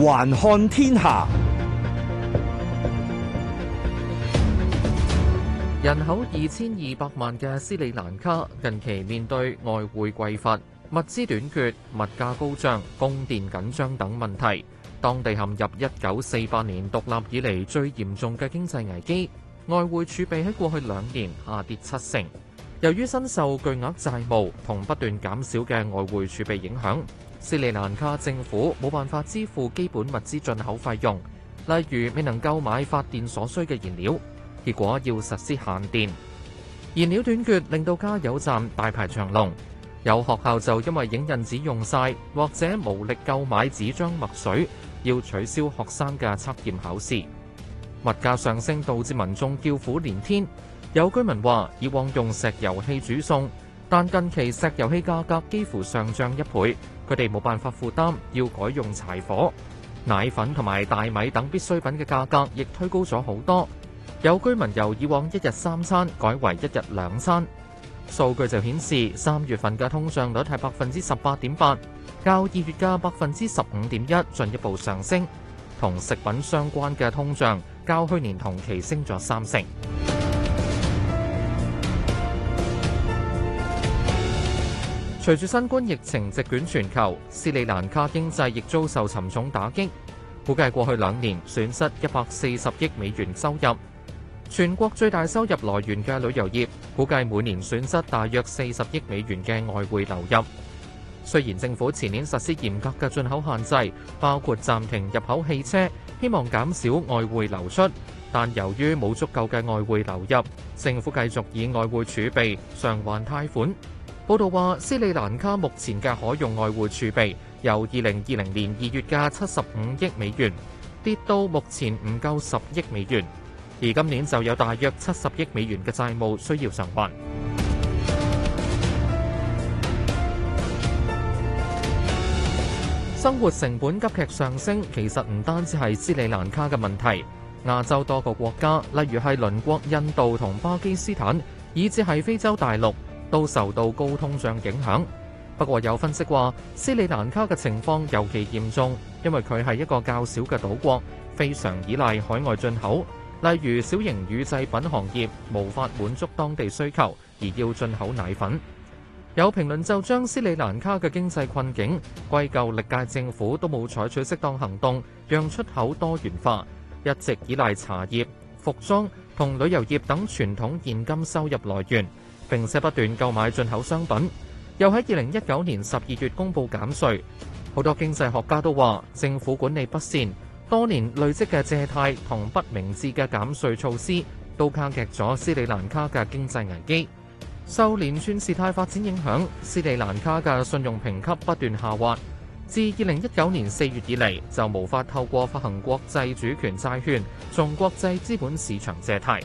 環看天下。 人口2200萬嘅斯里蘭卡近期面對外匯匱乏、物資短缺、物價高漲、供電緊張等問題，當地陷入1948年獨立以嚟最嚴重嘅經濟危機，外匯儲備喺過去2年下跌70%。由於身受巨額債務同不斷減少嘅外匯儲備影響，斯里蘭卡政府冇辦法支付基本物資進口費用，例如未能夠買發電所需嘅燃料。結果要實施限電，燃料短缺令到加油站大排長龍，有學校就因為影印紙用晒，或者無力購買紙張墨水，要取消學生嘅測驗考試。物價上升導致民眾叫苦連天，有居民話以往用石油氣煮餸，但近期石油氣價格幾乎上漲1倍，佢哋冇辦法負擔，要改用柴火。奶粉同埋大米等必需品嘅價格亦推高咗好多。有居民由以往1日3餐改為1日2餐。數據就顯示3月份嘅通脹率係18.8%，較2月嘅15.1%進一步上升。同食品相關嘅通脹較去年同期升咗3成。隨住新冠疫情席捲全球，斯里蘭卡經濟亦遭受沉重打擊，估計過去2年損失140億美元收入。全國最大收入來源嘅旅遊業，估計每年損失大約40億美元嘅外匯流入。雖然政府前年實施嚴格嘅進口限制，包括暫停入口汽車，希望減少外匯流出，但由於冇足夠嘅外匯流入，政府繼續以外匯儲備償還貸款。報道話，斯里蘭卡目前嘅可用外匯儲備由2020年2月嘅75億美元跌到目前唔夠10億美元。而今年就有大約70億美元嘅債務需要償還。生活成本急劇上升，其實唔單止係斯里蘭卡嘅問題。亞洲多個國家，例如係鄰國印度同巴基斯坦，以至係非洲大陸，都受到高通脹影響。不過有分析話，斯里蘭卡嘅情況尤其嚴重，因為佢係一個較小嘅島國，非常依賴海外進口。例如小型乳製品行業無法滿足當地需求，而要進口奶粉。有評論就將斯里蘭卡嘅經濟困境歸咎歷屆政府都冇採取適當行動，讓出口多元化，一直依賴茶葉、服裝同旅遊業等傳統現金收入來源，並且不斷購買進口商品。又喺2019年12月公布減稅。好多經濟學家都話政府管理不善，多年累積嘅借貸同不明智嘅減稅措施，都加劇咗斯里蘭卡嘅經濟危機。受連串事態發展影響，斯里蘭卡嘅信用評級不斷下滑。自2019年4月以嚟，就無法透過發行國際主權債券從國際資本市場借貸。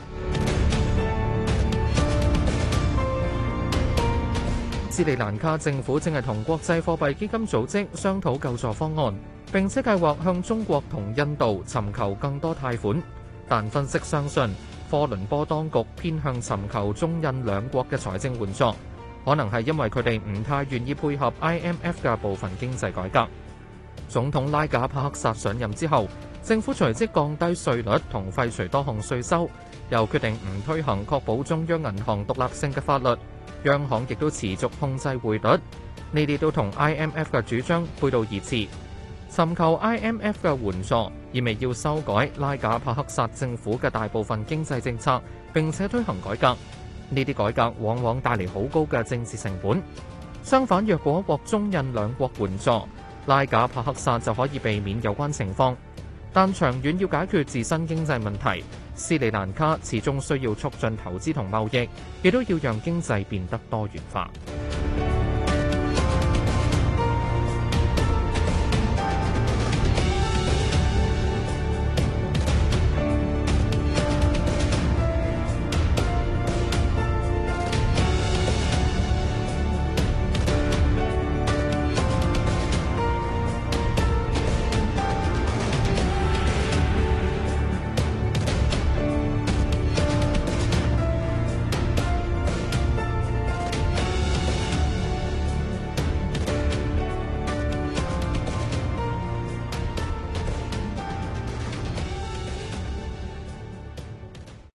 斯里蘭卡政府正係同國際貨幣基金組織商討救助方案，並且計劃向中國同印度尋求更多貸款。但分析相信，科倫坡當局偏向尋求中印兩國嘅財政援助，可能係因為佢哋唔太願意配合 IMF 嘅部分經濟改革。總統拉賈帕克薩上任之後，政府隨即降低稅率同廢除多項稅收，又決定唔推行確保中央銀行獨立性嘅法律。央行亦都持續控制匯率，呢啲都同 IMF 嘅主張背道而馳。尋求 IMF 嘅援助，意味要修改拉賈帕克薩政府嘅大部分經濟政策，並且推行改革。呢啲改革往往帶嚟好高嘅政治成本。相反，若果獲中印兩國援助，拉賈帕克薩就可以避免有關情況。但長遠要解決自身經濟問題，斯里蘭卡始終需要促進投資同貿易，亦都要讓經濟變得多元化。